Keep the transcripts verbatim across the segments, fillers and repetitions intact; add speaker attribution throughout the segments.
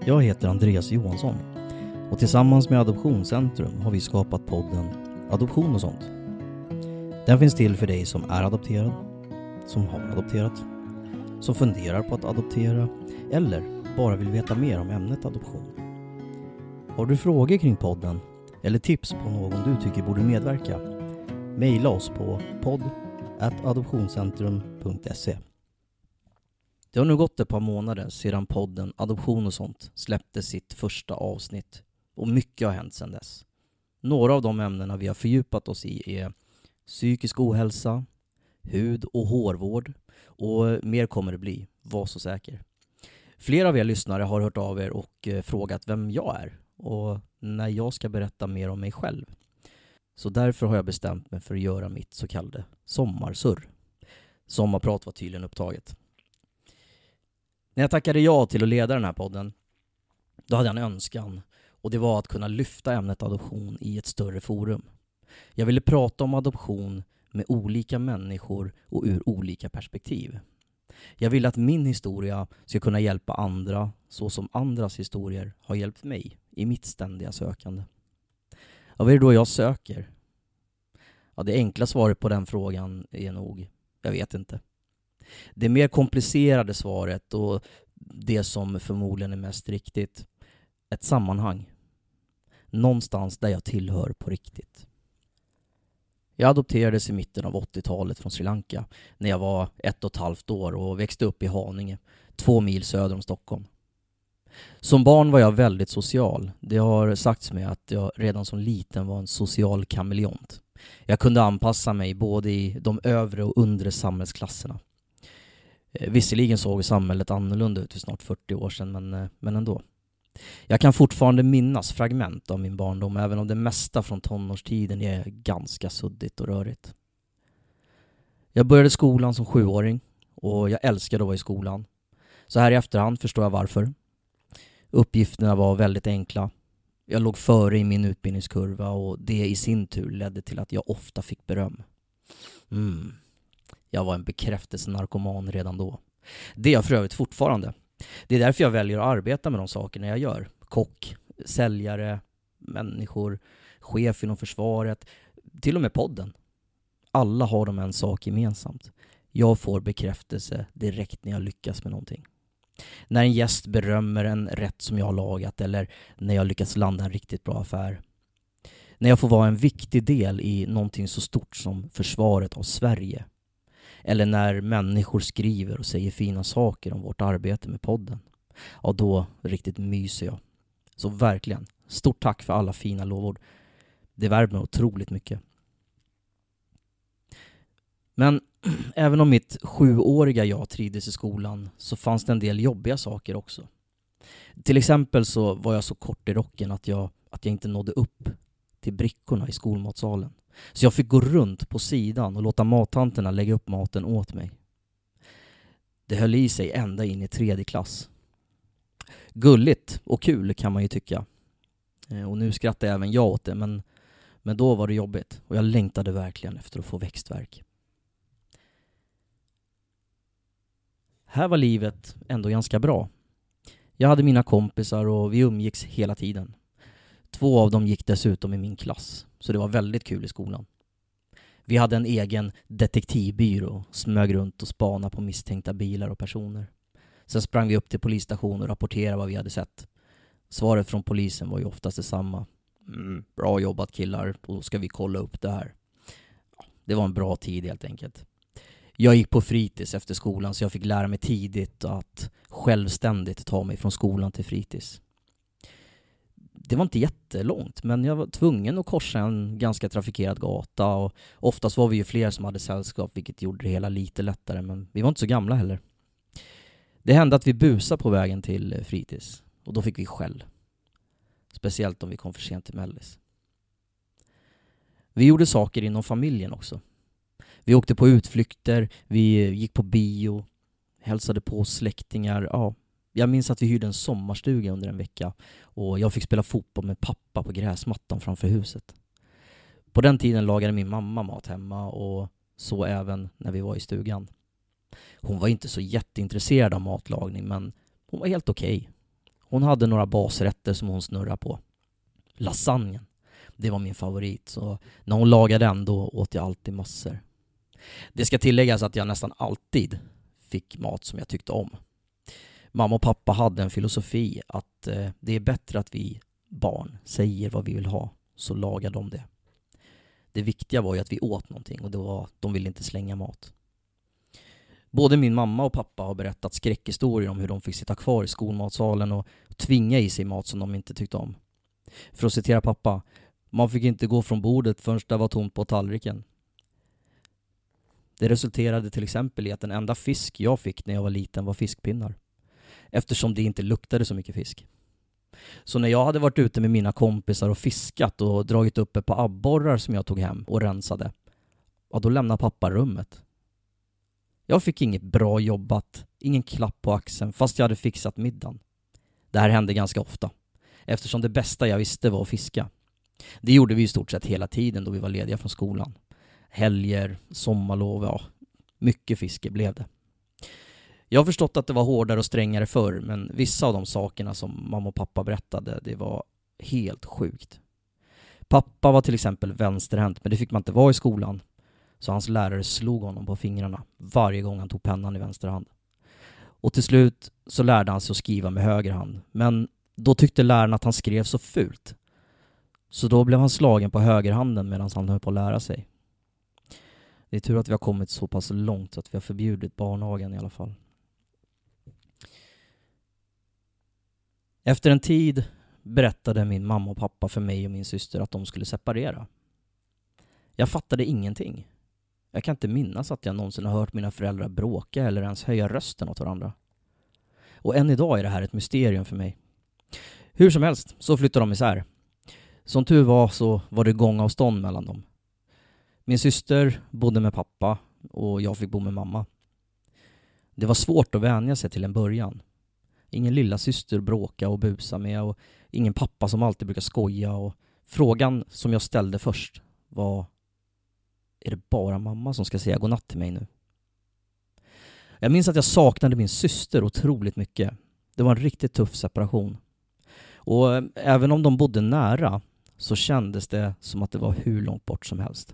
Speaker 1: Jag heter Andreas Johansson och tillsammans med Adoptionscentrum har vi skapat podden Adoption och sånt. Den finns till för dig som är adopterad, som har adopterat, som funderar på att adoptera eller bara vill veta mer om ämnet adoption. Har du frågor kring podden eller tips på någon du tycker borde medverka? Maila oss på podd at adoptionscentrum punkt se. Det har nu gått ett par månader sedan podden Adoption och sånt släppte sitt första avsnitt och mycket har hänt sedan dess. Några av de ämnena vi har fördjupat oss i är psykisk ohälsa, hud- och hårvård och mer kommer det bli, var så säker. Flera av er lyssnare har hört av er och frågat vem jag är och när jag ska berätta mer om mig själv. Så därför har jag bestämt mig för att göra mitt så kallade sommarsurr. Sommarprat var tydligen upptaget. När jag tackade ja till att leda den här podden, då hade jag en önskan och det var att kunna lyfta ämnet adoption i ett större forum. Jag ville prata om adoption med olika människor och ur olika perspektiv. Jag ville att min historia ska kunna hjälpa andra så som andras historier har hjälpt mig i mitt ständiga sökande. Ja, vad är det då jag söker? Ja, det enkla svaret på den frågan är nog, jag vet inte. Det mer komplicerade svaret och det som förmodligen är mest riktigt, ett sammanhang. Någonstans där jag tillhör på riktigt. Jag adopterades i mitten av åttiotalet från Sri Lanka när jag var ett och ett halvt år och växte upp i Haninge, två mil söder om Stockholm. Som barn var jag väldigt social. Det har sagts mig att jag redan som liten var en social kameleont. Jag kunde anpassa mig både i de övre och undre samhällsklasserna. Visserligen såg samhället annorlunda ut för snart fyrtio år sedan, men, men ändå. Jag kan fortfarande minnas fragment av min barndom, även om det mesta från tonårstiden är ganska suddigt och rörigt. Jag började skolan som sjuåring och jag älskade att vara i skolan. Så här i efterhand förstår jag varför. Uppgifterna var väldigt enkla. Jag låg före i min utbildningskurva och det i sin tur ledde till att jag ofta fick beröm. Mm. Jag var en bekräftelsenarkoman redan då. Det är jag för övrigt fortfarande. Det är därför jag väljer att arbeta med de sakerna jag gör. Kock, säljare, människor, chef inom försvaret, till och med podden. Alla har de en sak gemensamt. Jag får bekräftelse direkt när jag lyckas med någonting. När en gäst berömmer en rätt som jag har lagat eller när jag lyckas landa en riktigt bra affär. När jag får vara en viktig del i någonting så stort som försvaret av Sverige. Eller när människor skriver och säger fina saker om vårt arbete med podden. Ja, då riktigt myser jag. Så verkligen, stort tack för alla fina lovord. Det värmer otroligt mycket. Men även om mitt sjuåriga jag trivdes i skolan så fanns det en del jobbiga saker också. Till exempel så var jag så kort i rocken att jag, att jag inte nådde upp till brickorna i skolmatsalen. Så jag fick gå runt på sidan och låta mattanterna lägga upp maten åt mig. Det höll i sig ända in i tredje klass. Gulligt och kul kan man ju tycka. Och nu skrattar även jag åt det, men, men då var det jobbigt. Och jag längtade verkligen efter att få växtverk. Här var livet ändå ganska bra. Jag hade mina kompisar och vi umgicks hela tiden. Två av dem gick dessutom i min klass, så det var väldigt kul i skolan. Vi hade en egen detektivbyrå, smög runt och spanade på misstänkta bilar och personer. Sen sprang vi upp till polisstationen och rapporterade vad vi hade sett. Svaret från polisen var ju oftast detsamma. Mm, bra jobbat killar, då ska vi kolla upp det här. Det var en bra tid helt enkelt. Jag gick på fritids efter skolan så jag fick lära mig tidigt att självständigt ta mig från skolan till fritids. Det var inte jättelångt, men jag var tvungen att korsa en ganska trafikerad gata och oftast var vi ju fler som hade sällskap, vilket gjorde det hela lite lättare, men vi var inte så gamla heller. Det hände att vi busade på vägen till fritids och då fick vi skäll. Speciellt om vi kom för sent till Mellis. Vi gjorde saker inom familjen också. Vi åkte på utflykter, vi gick på bio, hälsade på släktingar, ja. Jag minns att vi hyrde en sommarstuga under en vecka och jag fick spela fotboll med pappa på gräsmattan framför huset. På den tiden lagade min mamma mat hemma och så även när vi var i stugan. Hon var inte så jätteintresserad av matlagning, men hon var helt okej. Hon hade några basrätter som hon snurrade på. Lasagnen, det var min favorit. Så när hon lagade den, då åt jag alltid massor. Det ska tilläggas att jag nästan alltid fick mat som jag tyckte om. Mamma och pappa hade en filosofi att eh, det är bättre att vi barn säger vad vi vill ha, så lagar de det. Det viktiga var ju att vi åt någonting, och det var, de ville inte slänga mat. Både min mamma och pappa har berättat skräckhistorier om hur de fick sitta kvar i skolmatsalen och tvinga i sig mat som de inte tyckte om. För att citera pappa: man fick inte gå från bordet förrän det var tomt på tallriken. Det resulterade till exempel i att den enda fisk jag fick när jag var liten var fiskpinnar, eftersom det inte luktade så mycket fisk. Så när jag hade varit ute med mina kompisar och fiskat och dragit upp ett par abborrar som jag tog hem och rensade, ja, då lämnade pappa rummet. Jag fick inget bra jobbat, ingen klapp på axeln fast jag hade fixat middagen. Det här hände ganska ofta, eftersom det bästa jag visste var att fiska. Det gjorde vi i stort sett hela tiden då vi var lediga från skolan. Helger, sommarlov, ja, mycket fiske blev det. Jag har förstått att det var hårdare och strängare förr, men vissa av de sakerna som mamma och pappa berättade, det var helt sjukt. Pappa var till exempel vänsterhänt, men det fick man inte vara i skolan. Så hans lärare slog honom på fingrarna varje gång han tog pennan i vänster hand. Och till slut så lärde han sig att skriva med höger hand. Men då tyckte läraren att han skrev så fult. Så då blev han slagen på högerhanden medan han höll på att lära sig. Det är tur att vi har kommit så pass långt så att vi har förbjudit barnagan i alla fall. Efter en tid berättade min mamma och pappa för mig och min syster att de skulle separera. Jag fattade ingenting. Jag kan inte minnas att jag någonsin har hört mina föräldrar bråka eller ens höja rösten åt varandra. Och än idag är det här ett mysterium för mig. Hur som helst så flyttade de isär. Som tur var så var det gångavstånd mellan dem. Min syster bodde med pappa och jag fick bo med mamma. Det var svårt att vänja sig till en början. Ingen lilla syster bråka och busa med och ingen pappa som alltid brukar skoja. Och frågan som jag ställde först var: är det bara mamma som ska säga godnatt till mig nu? Jag minns att jag saknade min syster otroligt mycket. Det var en riktigt tuff separation. Och även om de bodde nära så kändes det som att det var hur långt bort som helst.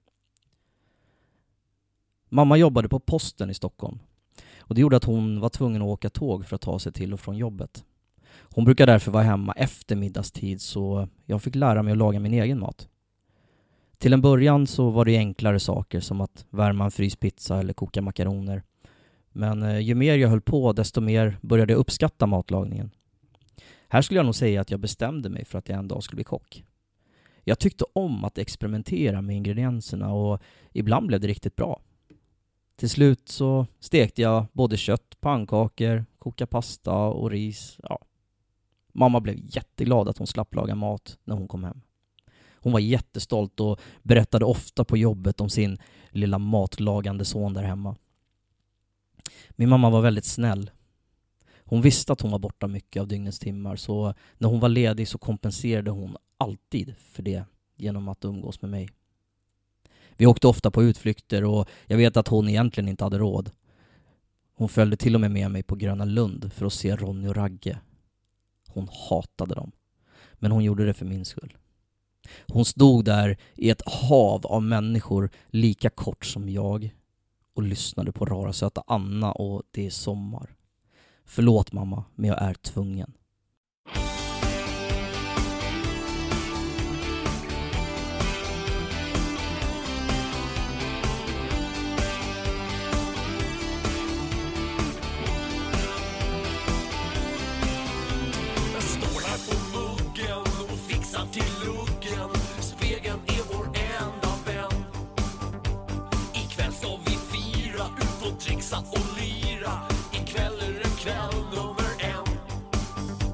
Speaker 1: Mamma jobbade på posten i Stockholm. Och det gjorde att hon var tvungen att åka tåg för att ta sig till och från jobbet. Hon brukade därför vara hemma efter middagstid, så jag fick lära mig att laga min egen mat. Till en början så var det enklare saker som att värma en fryspizza eller koka makaroner. Men ju mer jag höll på, desto mer började jag uppskatta matlagningen. Här skulle jag nog säga att jag bestämde mig för att jag en dag skulle bli kock. Jag tyckte om att experimentera med ingredienserna och ibland blev det riktigt bra. Till slut så stekte jag både kött, pannkakor, koka pasta och ris. Ja. Mamma blev jätteglad att hon slapp laga mat när hon kom hem. Hon var jättestolt och berättade ofta på jobbet om sin lilla matlagande son där hemma. Min mamma var väldigt snäll. Hon visste att hon var borta mycket av dygnets timmar, så när hon var ledig så kompenserade hon alltid för det genom att umgås med mig. Vi åkte ofta på utflykter och jag vet att hon egentligen inte hade råd. Hon följde till och med med mig på Gröna Lund för att se Ronny och Ragge. Hon hatade dem, men hon gjorde det för min skull. Hon stod där i ett hav av människor lika kort som jag och lyssnade på rara söta Anna och Det är sommar. Förlåt mamma, men jag är tvungen.
Speaker 2: Och lyra, ikväll är det kväll nummer en.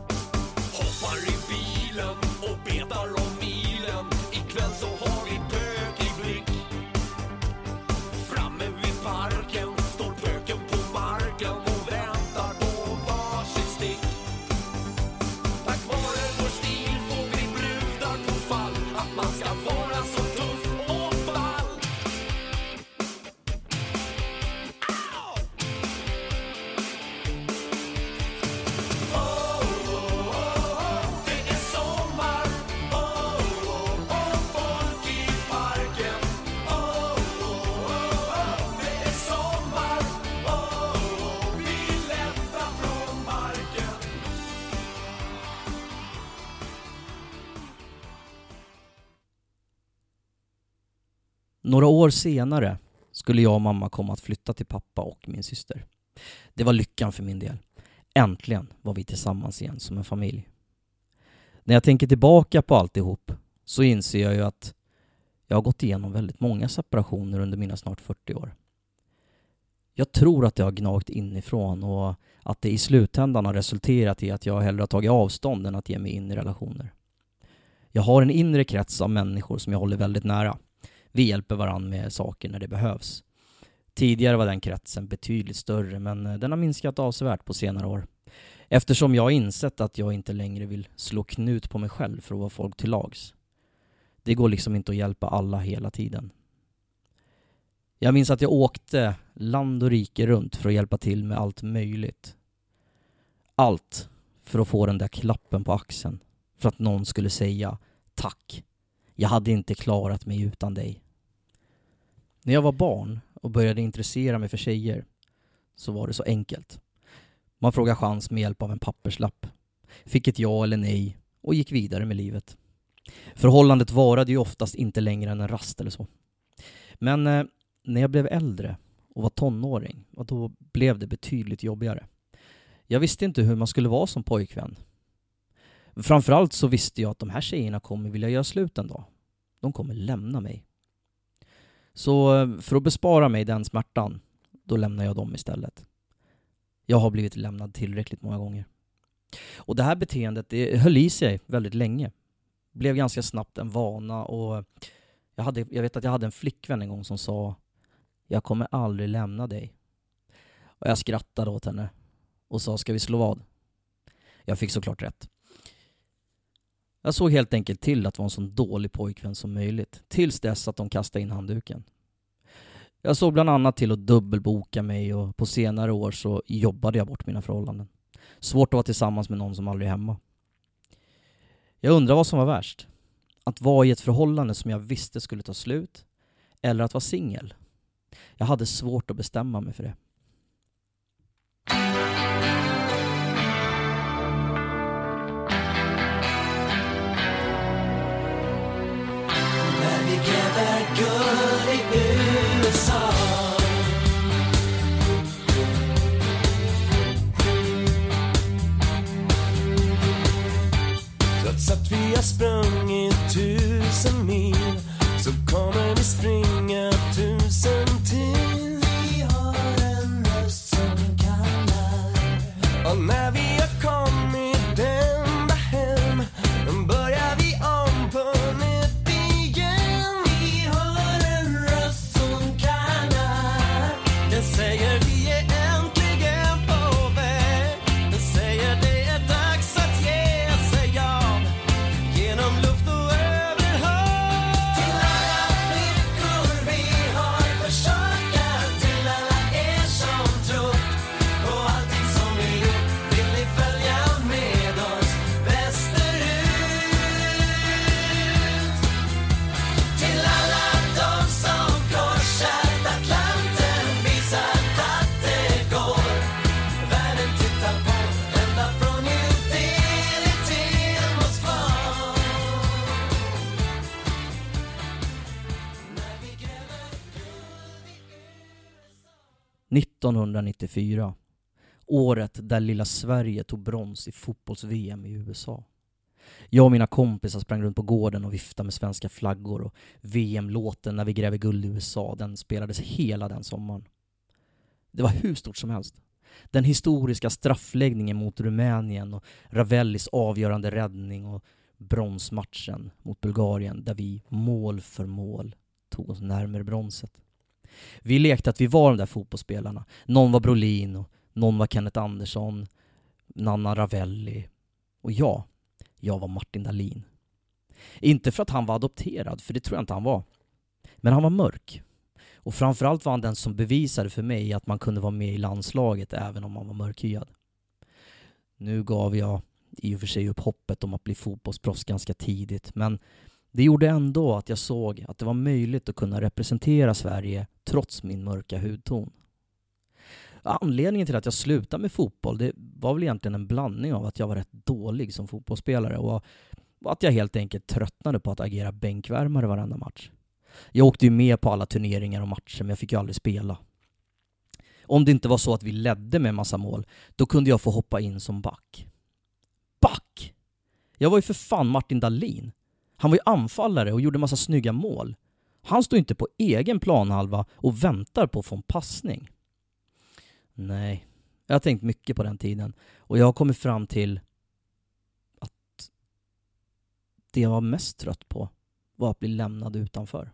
Speaker 1: Några år senare skulle jag och mamma komma att flytta till pappa och min syster. Det var lyckan för min del. Äntligen var vi tillsammans igen som en familj. När jag tänker tillbaka på alltihop så inser jag ju att jag har gått igenom väldigt många separationer under mina snart fyrtio år. Jag tror att det har gnagt inifrån och att det i slutändan har resulterat i att jag hellre har tagit avstånd än att ge mig in i relationer. Jag har en inre krets av människor som jag håller väldigt nära. Vi hjälper varandra med saker när det behövs. Tidigare var den kretsen betydligt större, men den har minskat avsevärt på senare år. Eftersom jag har insett att jag inte längre vill slå knut på mig själv för att vara folk till lags. Det går liksom inte att hjälpa alla hela tiden. Jag minns att jag åkte land och rike runt för att hjälpa till med allt möjligt. Allt för att få den där klappen på axeln. För att någon skulle säga tack. Jag hade inte klarat mig utan dig. När jag var barn och började intressera mig för tjejer så var det så enkelt. Man frågade chans med hjälp av en papperslapp. Fick ett ja eller nej och gick vidare med livet. Förhållandet varade ju oftast inte längre än en rast eller så. Men eh, när jag blev äldre och var tonåring, och då blev det betydligt jobbigare. Jag visste inte hur man skulle vara som pojkvän. Framförallt så visste jag att de här tjejerna kommer vilja göra slut en dag. De kommer lämna mig. Så för att bespara mig den smärtan, då lämnar jag dem istället. Jag har blivit lämnad tillräckligt många gånger. Och det här beteendet, det höll i sig väldigt länge. Blev ganska snabbt en vana och jag, hade, jag vet att jag hade en flickvän en gång som sa: jag kommer aldrig lämna dig. Och jag skrattade åt henne och sa: ska vi slå vad? Jag fick såklart rätt. Jag såg helt enkelt till att vara en sån dålig pojkvän som möjligt. Tills dess att de kastade in handduken. Jag såg bland annat till att dubbelboka mig och på senare år så jobbade jag bort mina förhållanden. Svårt att vara tillsammans med någon som aldrig är hemma. Jag undrar vad som var värst. Att vara i ett förhållande som jag visste skulle ta slut eller att vara singel. Jag hade svårt att bestämma mig för det.
Speaker 2: När vi gräver guld i U S A, trots att vi har sprungit tusen mil så kommer vi springa tusen till. Vi har en röst som kallar, och när vi har kommit ända hem börjar vi om på nytt igen. Vi har en röst som kallar, den säger vi är äntligen på väg. Den säger det är dags att ge sig av genom luft och över hav. Till alla flickor vi har försökt, till alla er som trott på allting som vi gjort, vill ni följa med oss västerut. Till alla de som korsat Atlanten, visat att det går. Världen tittar på ända från New Delhi till Moskva. När vi gräver guld i
Speaker 1: nittonhundranittiofyra. Året där lilla Sverige tog brons i fotbolls-V M i U S A. Jag och mina kompisar sprang runt på gården och viftade med svenska flaggor och V M-låten När vi gräver guld i U S A, den spelades hela den sommaren. Det var hur stort som helst. Den historiska straffläggningen mot Rumänien och Ravellis avgörande räddning och bronsmatchen mot Bulgarien där vi mål för mål tog oss närmare bronset. Vi lekte att vi var de där fotbollsspelarna. Någon var Brolin och någon var Kenneth Andersson, Nanna Ravelli och jag, jag var Martin Dahlin. Inte för att han var adopterad, för det tror jag inte han var. Men han var mörk. Och framförallt var han den som bevisade för mig att man kunde vara med i landslaget även om man var mörkhyad. Nu gav jag i och för sig upp hoppet om att bli fotbollsproffs ganska tidigt, men det gjorde ändå att jag såg att det var möjligt att kunna representera Sverige trots min mörka hudton. Anledningen till att jag slutade med fotboll, det var väl egentligen en blandning av att jag var rätt dålig som fotbollsspelare och att jag helt enkelt tröttnade på att agera bänkvärmare varenda match. Jag åkte ju med på alla turneringar och matcher, men jag fick ju aldrig spela. Om det inte var så att vi ledde med en massa mål, då kunde jag få hoppa in som back. Back! Jag var ju för fan Martin Dahlin. Han var ju anfallare och gjorde massa snygga mål. Han står inte på egen planhalva och väntar på att få en passning. Nej, jag har tänkt mycket på den tiden. Och jag har kommit fram till att det jag var mest trött på var att bli lämnad utanför.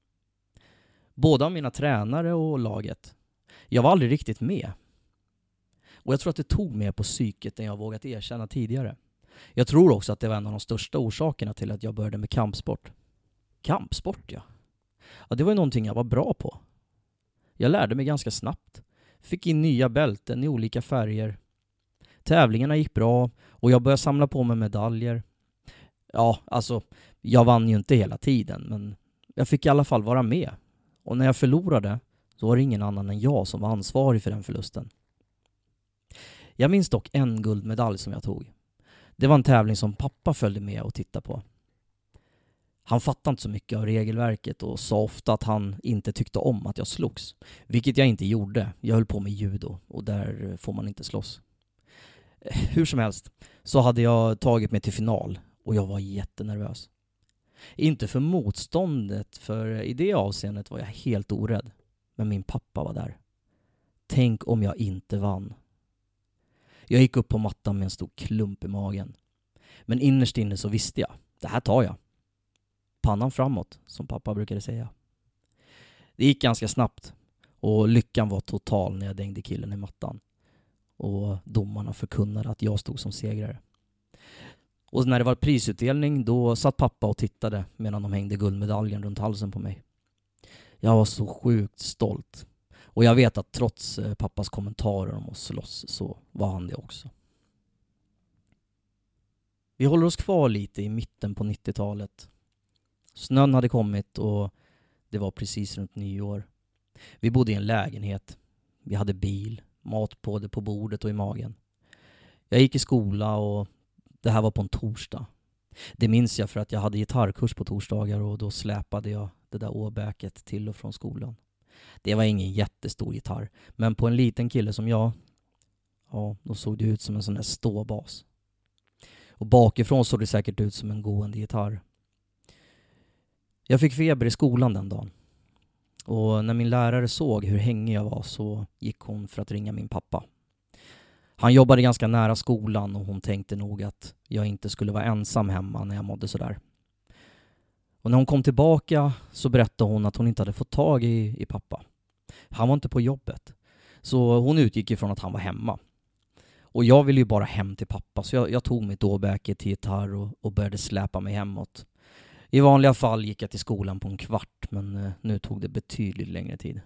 Speaker 1: Både av mina tränare och laget. Jag var aldrig riktigt med. Och jag tror att det tog mer på psyket än jag vågat erkänna tidigare. Jag tror också att det var en av de största orsakerna till att jag började med kampsport. Kampsport, ja. Ja, det var ju någonting jag var bra på. Jag lärde mig ganska snabbt. Fick in nya bälten i olika färger. Tävlingarna gick bra och jag började samla på mig medaljer. Ja, alltså, jag vann ju inte hela tiden, men jag fick i alla fall vara med. Och när jag förlorade så var det ingen annan än jag som var ansvarig för den förlusten. Jag minns dock en guldmedalj som jag tog. Det var en tävling som pappa följde med och tittade på. Han fattade inte så mycket av regelverket och sa ofta att han inte tyckte om att jag slogs. Vilket jag inte gjorde. Jag höll på med judo och där får man inte slåss. Hur som helst så hade jag tagit mig till final och jag var jättenervös. Inte för motståndet, för i det avseendet var jag helt orädd. Men min pappa var där. Tänk om jag inte vann. Jag gick upp på mattan med en stor klump i magen. Men innerst inne så visste jag, det här tar jag. Pannan framåt, som pappa brukade säga. Det gick ganska snabbt och lyckan var total när jag dängde killen i mattan. Och domarna förkunnade att jag stod som segrare. Och när det var prisutdelning då satt pappa och tittade medan de hängde guldmedaljen runt halsen på mig. Jag var så sjukt stolt. Och jag vet att trots pappas kommentarer om att slåss så var han det också. Vi håller oss kvar lite i mitten på nittiotalet. Snön hade kommit och det var precis runt nyår. Vi bodde i en lägenhet. Vi hade bil, mat både på bordet och i magen. Jag gick i skola och det här var på en torsdag. Det minns jag för att jag hade gitarrkurs på torsdagar och då släpade jag det där åbäket till och från skolan. Det var ingen jättestor gitarr, men på en liten kille som jag, ja, då såg det ut som en sån där ståbas. Och bakifrån såg det säkert ut som en gående gitarr. Jag fick feber i skolan den dagen. Och när min lärare såg hur hängig jag var så gick hon för att ringa min pappa. Han jobbade ganska nära skolan och hon tänkte nog att jag inte skulle vara ensam hemma när jag mådde sådär. Och när hon kom tillbaka så berättade hon att hon inte hade fått tag i, i pappa. Han var inte på jobbet. Så hon utgick ifrån att han var hemma. Och jag ville ju bara hem till pappa så jag, jag tog mitt åbäke till gitarr och, och började släpa mig hemåt. I vanliga fall gick jag till skolan på en kvart men eh, nu tog det betydligt längre tid.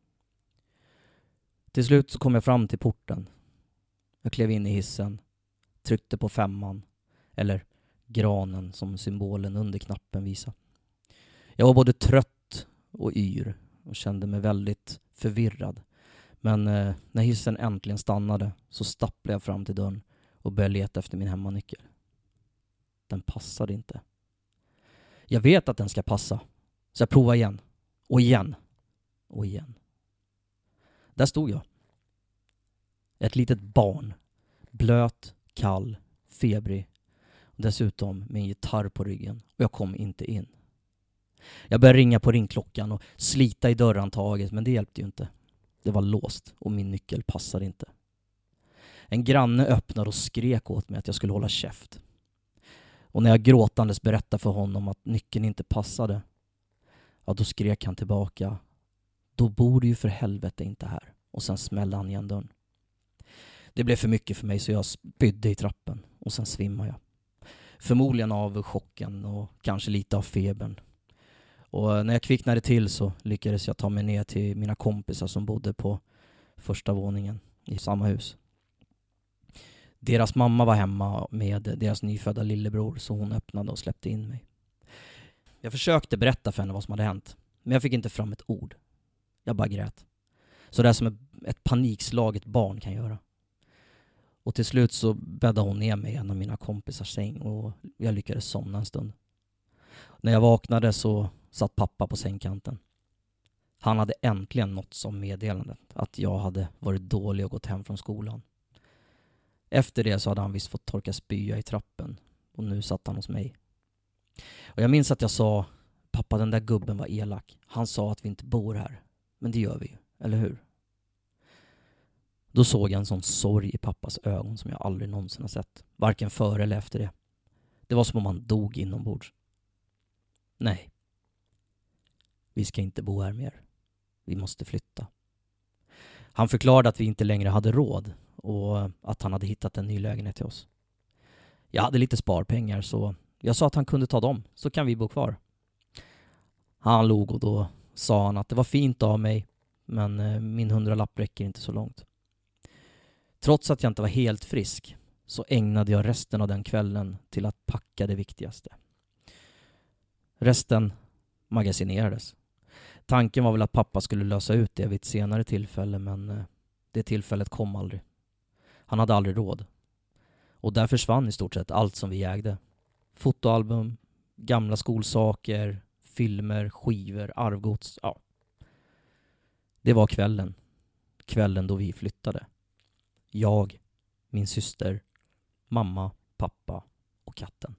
Speaker 1: Till slut så kom jag fram till porten. Jag klev in i hissen, tryckte på femman, eller granen som symbolen under knappen visar. Jag var både trött och yr och kände mig väldigt förvirrad. Men eh, när hissen äntligen stannade så stapplade jag fram till dörren och började leta efter min hemmanyckel. Den passade inte. Jag vet att den ska passa, så jag provar igen. Och igen. Och igen. Där stod jag. Ett litet barn. Blöt, kall, febrig. Och dessutom med en gitarr på ryggen. Och jag kom inte in. Jag började ringa på ringklockan och slita i dörrhandtaget, men det hjälpte ju inte. Det var låst och min nyckel passade inte. En granne öppnade och skrek åt mig att jag skulle hålla käft. Och när jag gråtandes berättade för honom att nyckeln inte passade, ja, då skrek han tillbaka: då bor du ju för helvete inte här. Och sen smällde han igen dörren. Det blev för mycket för mig så jag spydde i trappen och sen svimmade jag. Förmodligen av chocken och kanske lite av febern. Och när jag kvicknade till så lyckades jag ta mig ner till mina kompisar som bodde på första våningen i samma hus. Deras mamma var hemma med deras nyfödda lillebror så hon öppnade och släppte in mig. Jag försökte berätta för henne vad som hade hänt, men jag fick inte fram ett ord. Jag bara grät. Så det är som ett panikslaget barn kan göra. Och till slut så bäddade hon ner mig i en av mina kompisars säng och jag lyckades somna en stund. När jag vaknade så satt pappa på sängkanten. Han hade äntligen nått som meddelandet att jag hade varit dålig och gått hem från skolan. Efter det så hade han visst fått torka spya i trappen och nu satt han hos mig. Och jag minns att jag sa, pappa, den där gubben var elak. Han sa att vi inte bor här. Men det gör vi ju, eller hur? Då såg jag en sån sorg i pappas ögon som jag aldrig någonsin har sett. Varken före eller efter det. Det var som om han dog inombords. Nej. Vi ska inte bo här mer. Vi måste flytta. Han förklarade att vi inte längre hade råd och att han hade hittat en ny lägenhet till oss. Jag hade lite sparpengar så jag sa att han kunde ta dem, så kan vi bo kvar. Han log och då sa han att det var fint av mig, men min hundralapp räcker inte så långt. Trots att jag inte var helt frisk så ägnade jag resten av den kvällen till att packa det viktigaste. Resten magasinerades. Tanken var väl att pappa skulle lösa ut det vid ett senare tillfälle, men det tillfället kom aldrig. Han hade aldrig råd. Och där försvann i stort sett allt som vi ägde. Fotoalbum, gamla skolsaker, filmer, skivor, arvgods, ja. Det var kvällen. Kvällen då vi flyttade. Jag, min syster, mamma, pappa och katten.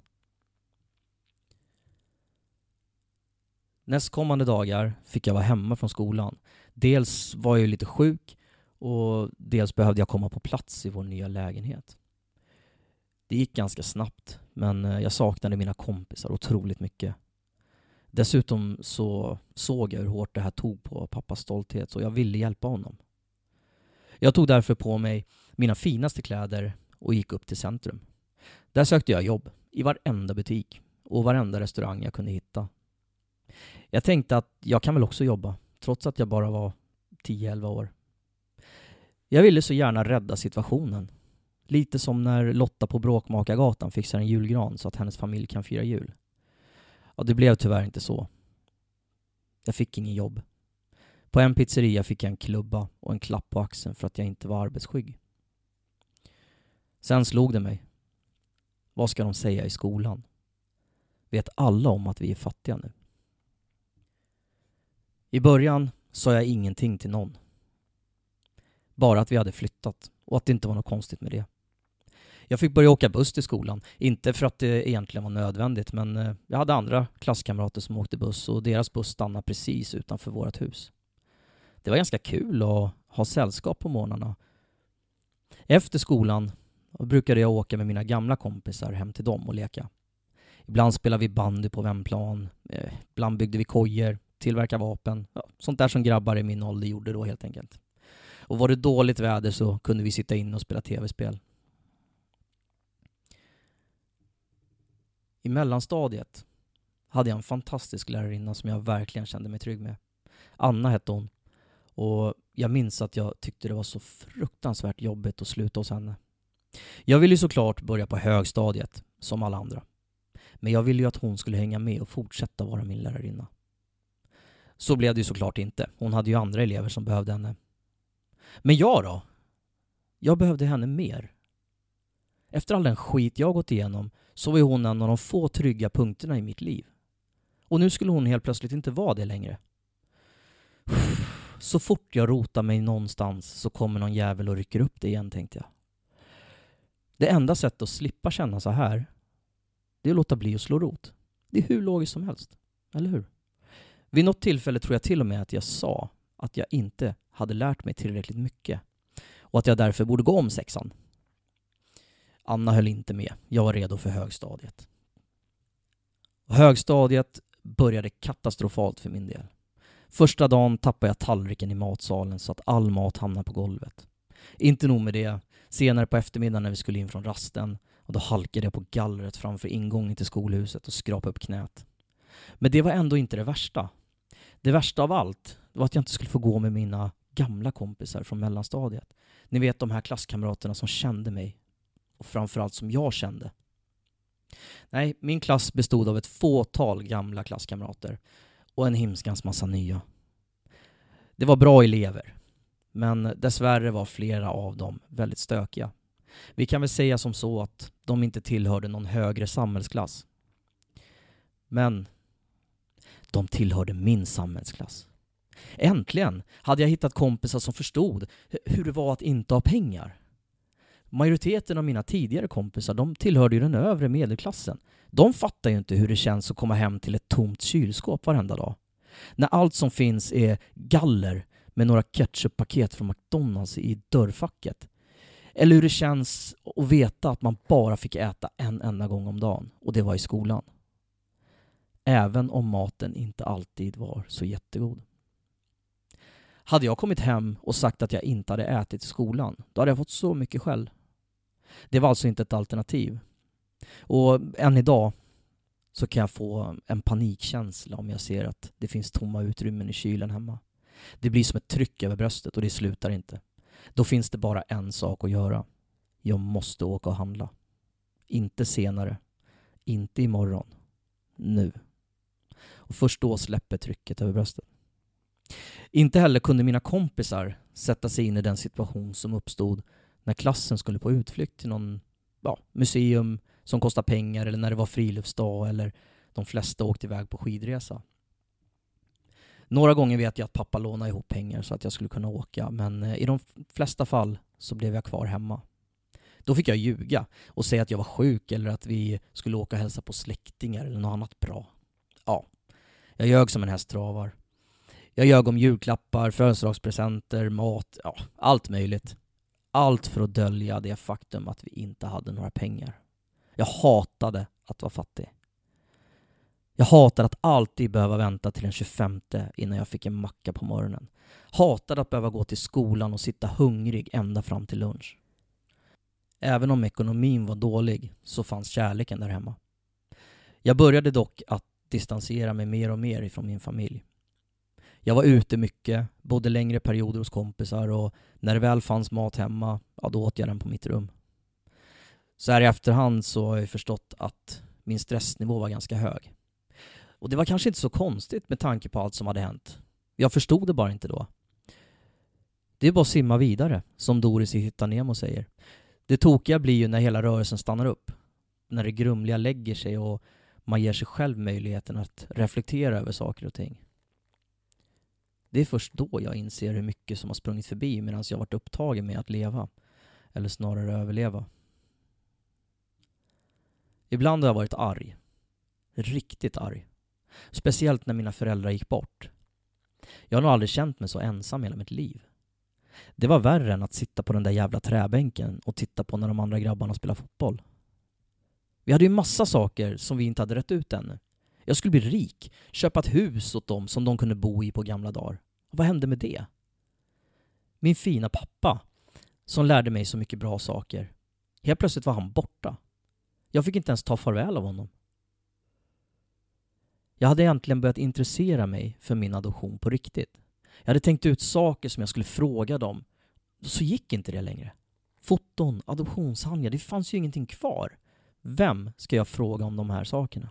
Speaker 1: Nästkommande dagar fick jag vara hemma från skolan. Dels var jag lite sjuk och dels behövde jag komma på plats i vår nya lägenhet. Det gick ganska snabbt, men jag saknade mina kompisar otroligt mycket. Dessutom så såg jag hur hårt det här tog på pappas stolthet, så jag ville hjälpa honom. Jag tog därför på mig mina finaste kläder och gick upp till centrum. Där sökte jag jobb i varenda butik och varenda restaurang jag kunde hitta. Jag tänkte att jag kan väl också jobba, trots att jag bara var tio elva år. Jag ville så gärna rädda situationen. Lite som när Lotta på Bråkmakargatan fixar en julgran så att hennes familj kan fira jul. Ja, det blev tyvärr inte så. Jag fick ingen jobb. På en pizzeria fick jag en klubba och en klapp på axeln för att jag inte var arbetsskygg. Sen slog det mig. Vad ska de säga i skolan? Vet alla om att vi är fattiga nu? I början sa jag ingenting till någon. Bara att vi hade flyttat och att det inte var något konstigt med det. Jag fick börja åka buss till skolan. Inte för att det egentligen var nödvändigt, men jag hade andra klasskamrater som åkte buss och deras buss stannade precis utanför vårt hus. Det var ganska kul att ha sällskap på morgnarna. Efter skolan brukade jag åka med mina gamla kompisar hem till dem och leka. Ibland spelade vi bandy på vändplan. Ibland byggde vi kojer, tillverkade vapen. Ja, sånt där som grabbar i min ålder gjorde då helt enkelt. Och var det dåligt väder så kunde vi sitta in och spela tv-spel. I mellanstadiet hade jag en fantastisk lärarinna som jag verkligen kände mig trygg med. Anna hette hon. Och jag minns att jag tyckte det var så fruktansvärt jobbigt att sluta hos henne. Jag ville ju såklart börja på högstadiet, som alla andra. Men jag ville ju att hon skulle hänga med och fortsätta vara min lärarinna. Så blev det ju såklart inte. Hon hade ju andra elever som behövde henne. Men jag då? Jag behövde henne mer. Efter all den skit jag gått igenom så var hon en av de få trygga punkterna i mitt liv. Och nu skulle hon helt plötsligt inte vara det längre. Så fort jag rotar mig någonstans så kommer någon jävel och rycker upp det igen, tänkte jag. Det enda sättet att slippa känna så här, det är att låta bli att slå rot. Det är hur logiskt som helst, eller hur? Vid något tillfälle tror jag till och med att jag sa att jag inte hade lärt mig tillräckligt mycket och att jag därför borde gå om sexan. Anna höll inte med. Jag var redo för högstadiet. Och högstadiet började katastrofalt för min del. Första dagen tappade jag tallriken i matsalen så att all mat hamnade på golvet. Inte nog med det. Senare på eftermiddagen när vi skulle in från rasten och då halkade jag på gallret framför ingången till skolhuset och skrapade upp knät. Men det var ändå inte det värsta. Det värsta av allt var att jag inte skulle få gå med mina gamla kompisar från mellanstadiet. Ni vet, de här klasskamraterna som kände mig och framförallt som jag kände. Nej, min klass bestod av ett fåtal gamla klasskamrater och en himskans massa nya. Det var bra elever, men dessvärre var flera av dem väldigt stökiga. Vi kan väl säga som så att de inte tillhörde någon högre samhällsklass. Men De tillhörde min samhällsklass. Äntligen hade jag hittat kompisar som förstod hur det var att inte ha pengar. Majoriteten av mina tidigare kompisar, de tillhörde ju den övre medelklassen. De fattar ju inte hur det känns att komma hem till ett tomt kylskåp varenda dag. När allt som finns är galler med några ketchuppaket från McDonalds i dörrfacket. Eller hur det känns att veta att man bara fick äta en enda gång om dagen, och det var i skolan. Även om maten inte alltid var så jättegod. Hade jag kommit hem och sagt att jag inte hade ätit i skolan, då hade jag fått så mycket skäll. Det var alltså inte ett alternativ. Och än idag så kan jag få en panikkänsla om jag ser att det finns tomma utrymmen i kylen hemma. Det blir som ett tryck över bröstet och det slutar inte. Då finns det bara en sak att göra. Jag måste åka och handla. Inte senare. Inte imorgon. Nu. Och först då släpper trycket över bröstet. Inte heller kunde mina kompisar sätta sig in i den situation som uppstod när klassen skulle på utflykt till någon ja, museum som kostar pengar, eller när det var friluftsdag, eller de flesta åkte iväg på skidresa. Några gånger vet jag att pappa lånade ihop pengar så att jag skulle kunna åka, men i de flesta fall så blev jag kvar hemma. Då fick jag ljuga och säga att jag var sjuk eller att vi skulle åka och hälsa på släktingar eller något annat bra. Ja, jag ljög som en häst travar. Jag ljög om julklappar, födelsedagspresenter, mat, ja, allt möjligt. Allt för att dölja det faktum att vi inte hade några pengar. Jag hatade att vara fattig. Jag hatade att alltid behöva vänta till den tjugofemte innan jag fick en macka på morgonen. Hatade att behöva gå till skolan och sitta hungrig ända fram till lunch. Även om ekonomin var dålig så fanns kärleken där hemma. Jag började dock att distansera mig mer och mer ifrån min familj. Jag var ute mycket, bodde längre perioder hos kompisar, och när det väl fanns mat hemma, ja, då åt jag den på mitt rum. Så här i efterhand så har jag förstått att min stressnivå var ganska hög. Och det var kanske inte så konstigt med tanke på allt som hade hänt. Jag förstod det bara inte då. Det är bara att simma vidare, som Doris i Hitta Nemo säger. Det tokiga blir ju när hela rörelsen stannar upp. När det grumliga lägger sig och man ger sig själv möjligheten att reflektera över saker och ting. Det är först då jag inser hur mycket som har sprungit förbi medan jag varit upptagen med att leva. Eller snarare överleva. Ibland har jag varit arg. Riktigt arg. Speciellt när mina föräldrar gick bort. Jag har nog aldrig känt mig så ensam hela mitt liv. Det var värre än att sitta på den där jävla träbänken och titta på när de andra grabbarna spelar fotboll. Vi hade ju massa saker som vi inte hade rätt ut ännu. Jag skulle bli rik, köpa ett hus åt dem som de kunde bo i på gamla dagar. Och vad hände med det? Min fina pappa, som lärde mig så mycket bra saker. Helt plötsligt var han borta. Jag fick inte ens ta farväl av honom. Jag hade egentligen börjat intressera mig för min adoption på riktigt. Jag hade tänkt ut saker som jag skulle fråga dem. Så gick inte det längre. Foton, adoptionshandlingar, det fanns ju ingenting kvar. Vem ska jag fråga om de här sakerna?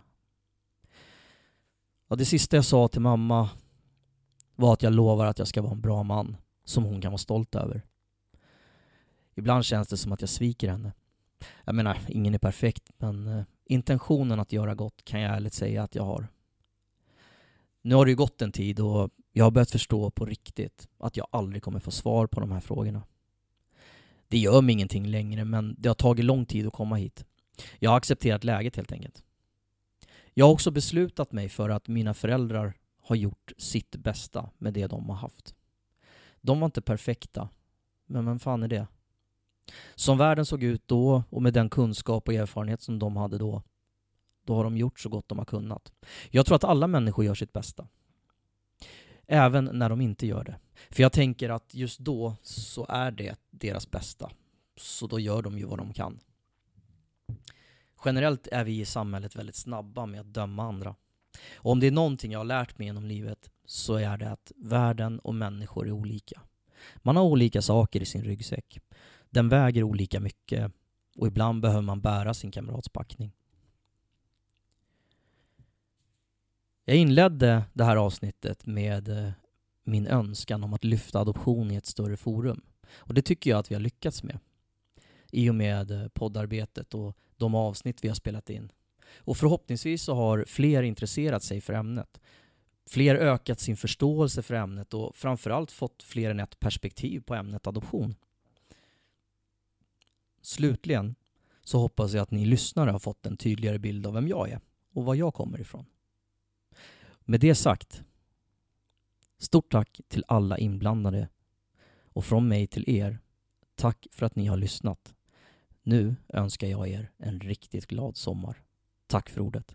Speaker 1: Ja, det sista jag sa till mamma var att jag lovar att jag ska vara en bra man som hon kan vara stolt över. Ibland känns det som att jag sviker henne. Jag menar, ingen är perfekt, men eh, intentionen att göra gott kan jag ärligt säga att jag har. Nu har det ju gått en tid och jag har börjat förstå på riktigt att jag aldrig kommer få svar på de här frågorna. Det gör mig ingenting längre, men det har tagit lång tid att komma hit. Jag har accepterat läget helt enkelt. Jag har också beslutat mig för att mina föräldrar har gjort sitt bästa med det de har haft. De var inte perfekta, men vem fan är det? Som världen såg ut då och med den kunskap och erfarenhet som de hade då, då har de gjort så gott de har kunnat. Jag tror att alla människor gör sitt bästa. Även när de inte gör det. För jag tänker att just då så är det deras bästa. Så då gör de ju vad de kan. Generellt är vi i samhället väldigt snabba med att döma andra. Och om det är någonting jag har lärt mig genom livet så är det att världen och människor är olika. Man har olika saker i sin ryggsäck. Den väger olika mycket och ibland behöver man bära sin kamratspackning. Jag inledde det här avsnittet med min önskan om att lyfta adoption i ett större forum. Och det tycker jag att vi har lyckats med. I och med poddarbetet och de avsnitt vi har spelat in. Och förhoppningsvis så har fler intresserat sig för ämnet. Fler ökat sin förståelse för ämnet och framförallt fått fler än ett perspektiv på ämnet adoption. Slutligen så hoppas jag att ni lyssnare har fått en tydligare bild av vem jag är och var jag kommer ifrån. Med det sagt, stort tack till alla inblandade och från mig till er, tack för att ni har lyssnat. Nu önskar jag er en riktigt glad sommar. Tack för ordet.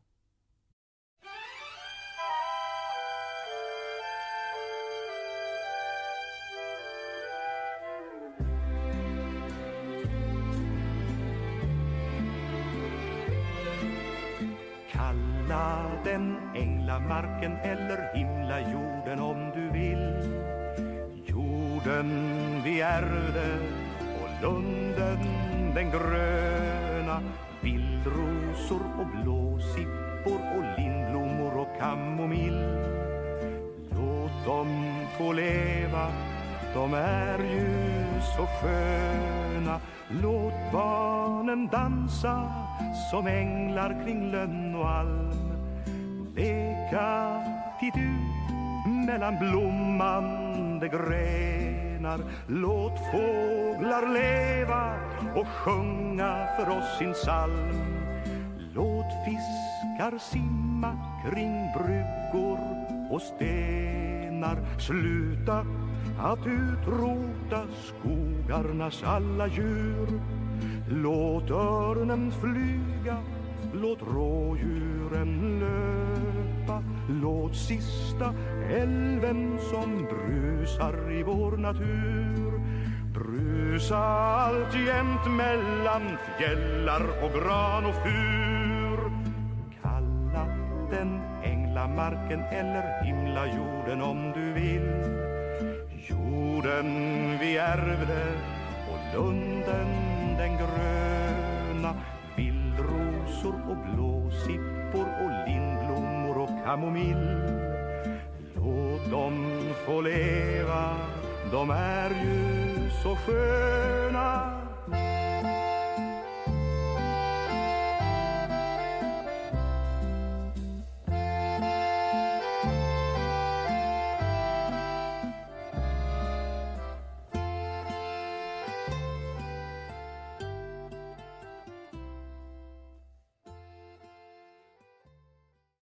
Speaker 3: Kalla den änglamarken eller himla jorden om du vill. Jorden vi ärvde och lunden den gröna. Vildrosor och blåsippor och lindblommor och kamomill. Låt dem få leva, de är ju så sköna. Låt barnen dansa som änglar kring lönn och alm. Leka titt ut mellan blommande grenar. Låt fåglar leva och sjunga för oss sin psalm. Låt fiskar simma kring bryggor och stenar. Sluta att utrota skogarnas alla djur. Låt örnen flyga, låt rådjuren löpa. Låt sista älven som brusar i vår natur brusa alltjämt mellan fjällar och gran och fur. Kalla den änglamarken eller himla jorden om du vill. Jorden vi ärvde och lunden den gröna. Vildrosor och blåsippor och lindblommor och kamomill. Låt dem få leva, de är ju så sköna.